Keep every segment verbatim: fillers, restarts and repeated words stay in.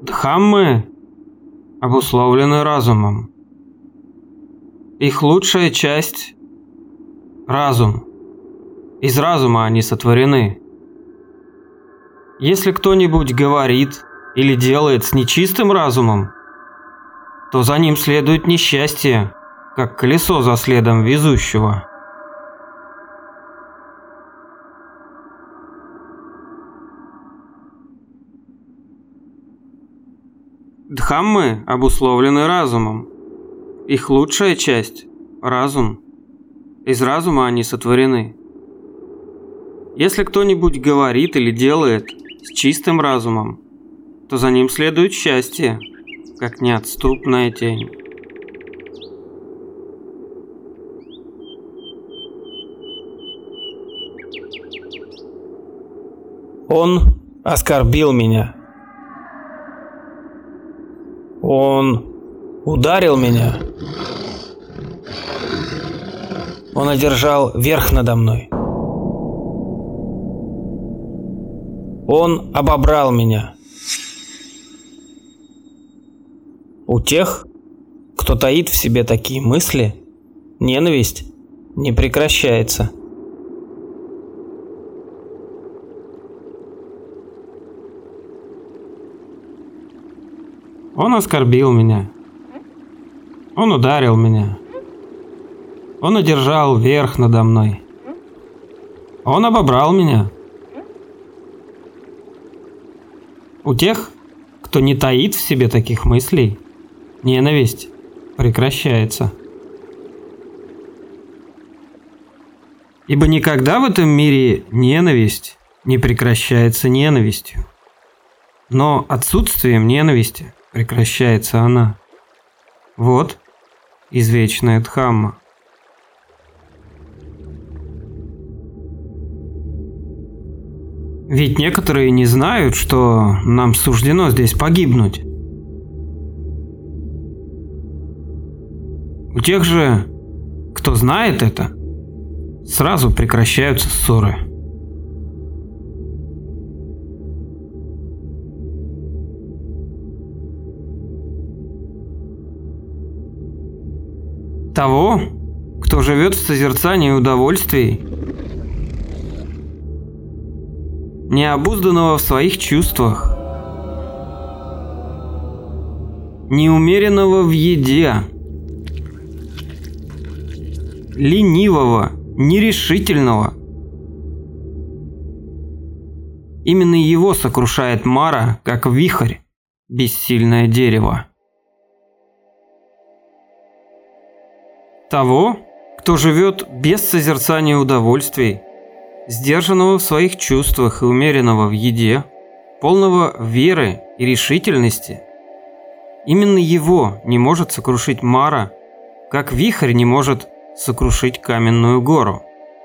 Дхаммы обусловлены разумом. Их лучшая часть – разум. Из разума они сотворены. Если кто-нибудь говорит или делает с нечистым разумом, то за ним следует несчастье, как колесо за следом везущего. Дхаммы обусловлены разумом. Их лучшая часть – разум. Из разума они сотворены. Если кто-нибудь говорит или делает с чистым разумом, то за ним следует счастье, как неотступная тень. Он оскорбил меня. Он ударил меня. Он одержал верх надо мной. Он обобрал меня. У тех, кто таит в себе такие мысли, ненависть не прекращается. Он оскорбил меня. Он ударил меня. Он одержал верх надо мной. Он обобрал меня. У тех, кто не таит в себе таких мыслей, ненависть прекращается. Ибо никогда в этом мире ненависть не прекращается ненавистью. Но отсутствием ненависти прекращается она. Вот извечная Дхамма. Ведь некоторые не знают, что нам суждено здесь погибнуть. У тех же, кто знает это, сразу прекращаются ссоры. Того, кто живет в созерцании удовольствий, необузданного в своих чувствах, неумеренного в еде, ленивого, нерешительного. Именно его сокрушает Мара, как вихрь, бессильное дерево. Того, кто живет без созерцания удовольствий, сдержанного в своих чувствах и умеренного в еде, полного веры и решительности, именно его не может сокрушить Мара, как вихрь не может сокрушить каменную гору.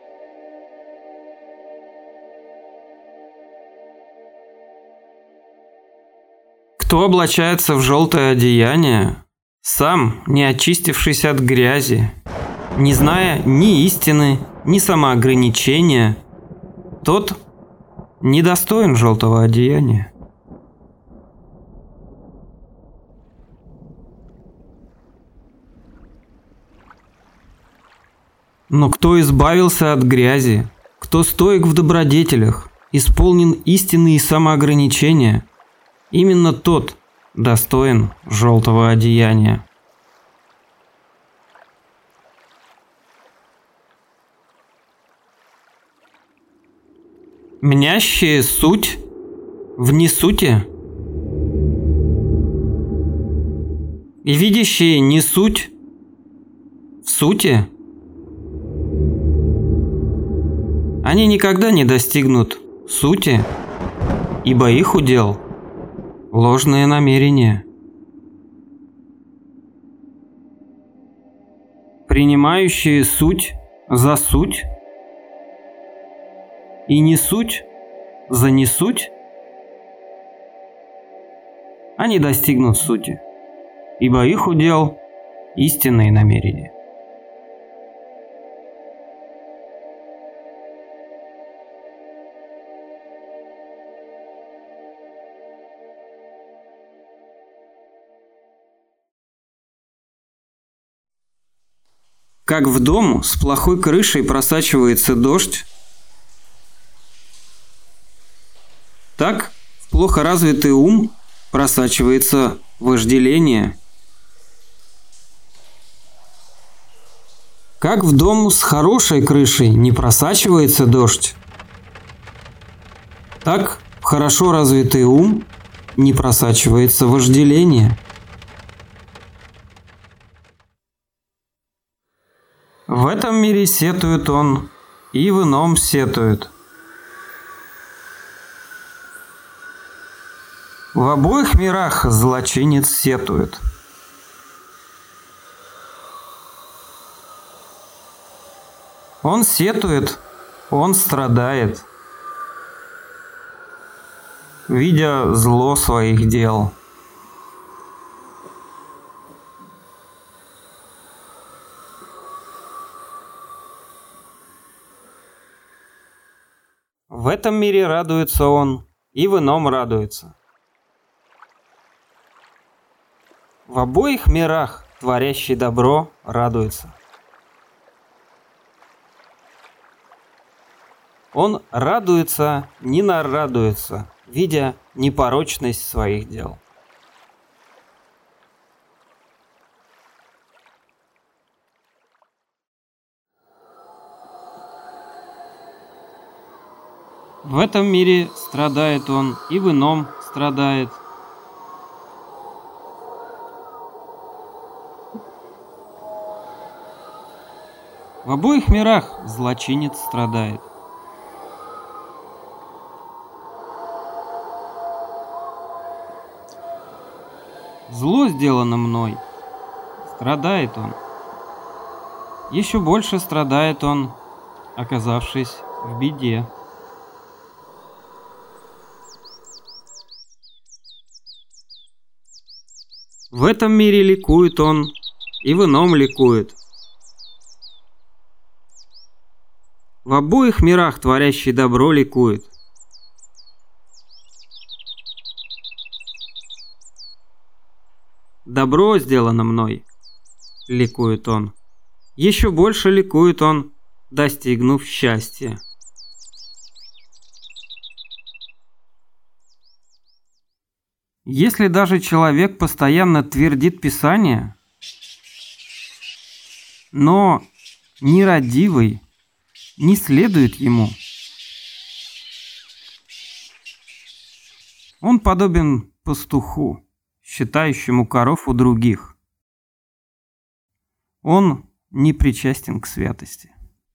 Кто облачается в желтое одеяние, сам не очистившись от грязи, не зная ни истины, ни самоограничения, тот недостоин желтого одеяния. Но кто избавился от грязи, кто стоек в добродетелях, исполнен истины и самоограничения, именно тот достоин желтого одеяния. Мнящие суть в несуте и видящие не суть в сути, они никогда не достигнут сути, ибо их удел – ложные намерения. Принимающие суть за суть и не суть за не суть, они достигнут сути, ибо их удел – истинные намерения. Как в дом с плохой крышей просачивается дождь, так в плохо развитый ум просачивается вожделение. Как в дом с хорошей крышей не просачивается дождь, так в хорошо развитый ум не просачивается вожделение. В этом мире сетует он, и в ином сетует. В обоих мирах злочинец сетует. Он сетует, он страдает, видя зло своих дел. В этом мире радуется он, и в ином радуется. В обоих мирах творящий добро радуется. Он радуется, не нарадуется, видя непорочность своих дел. В этом мире страдает он, и в ином страдает. В обоих мирах злочинец страдает. Зло сделано мной, страдает он. Еще больше страдает он, оказавшись в беде. В этом мире ликует он, и в ином ликует. В обоих мирах творящий добро ликует. Добро сделано мной, ликует он. Еще больше ликует он, достигнув счастья. Если даже человек постоянно твердит Писание, но нерадивый не следует ему, он подобен пастуху, считающему коров у других. Он не причастен к святости.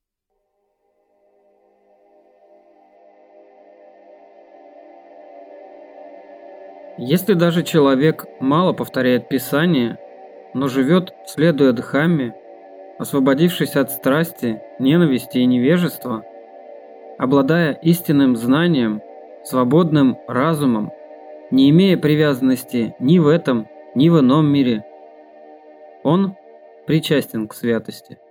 Если даже человек мало повторяет Писание, но живет, следуя Дхамме, освободившись от страсти, ненависти и невежества, обладая истинным знанием, свободным разумом, не имея привязанности ни в этом, ни в ином мире, он причастен к святости.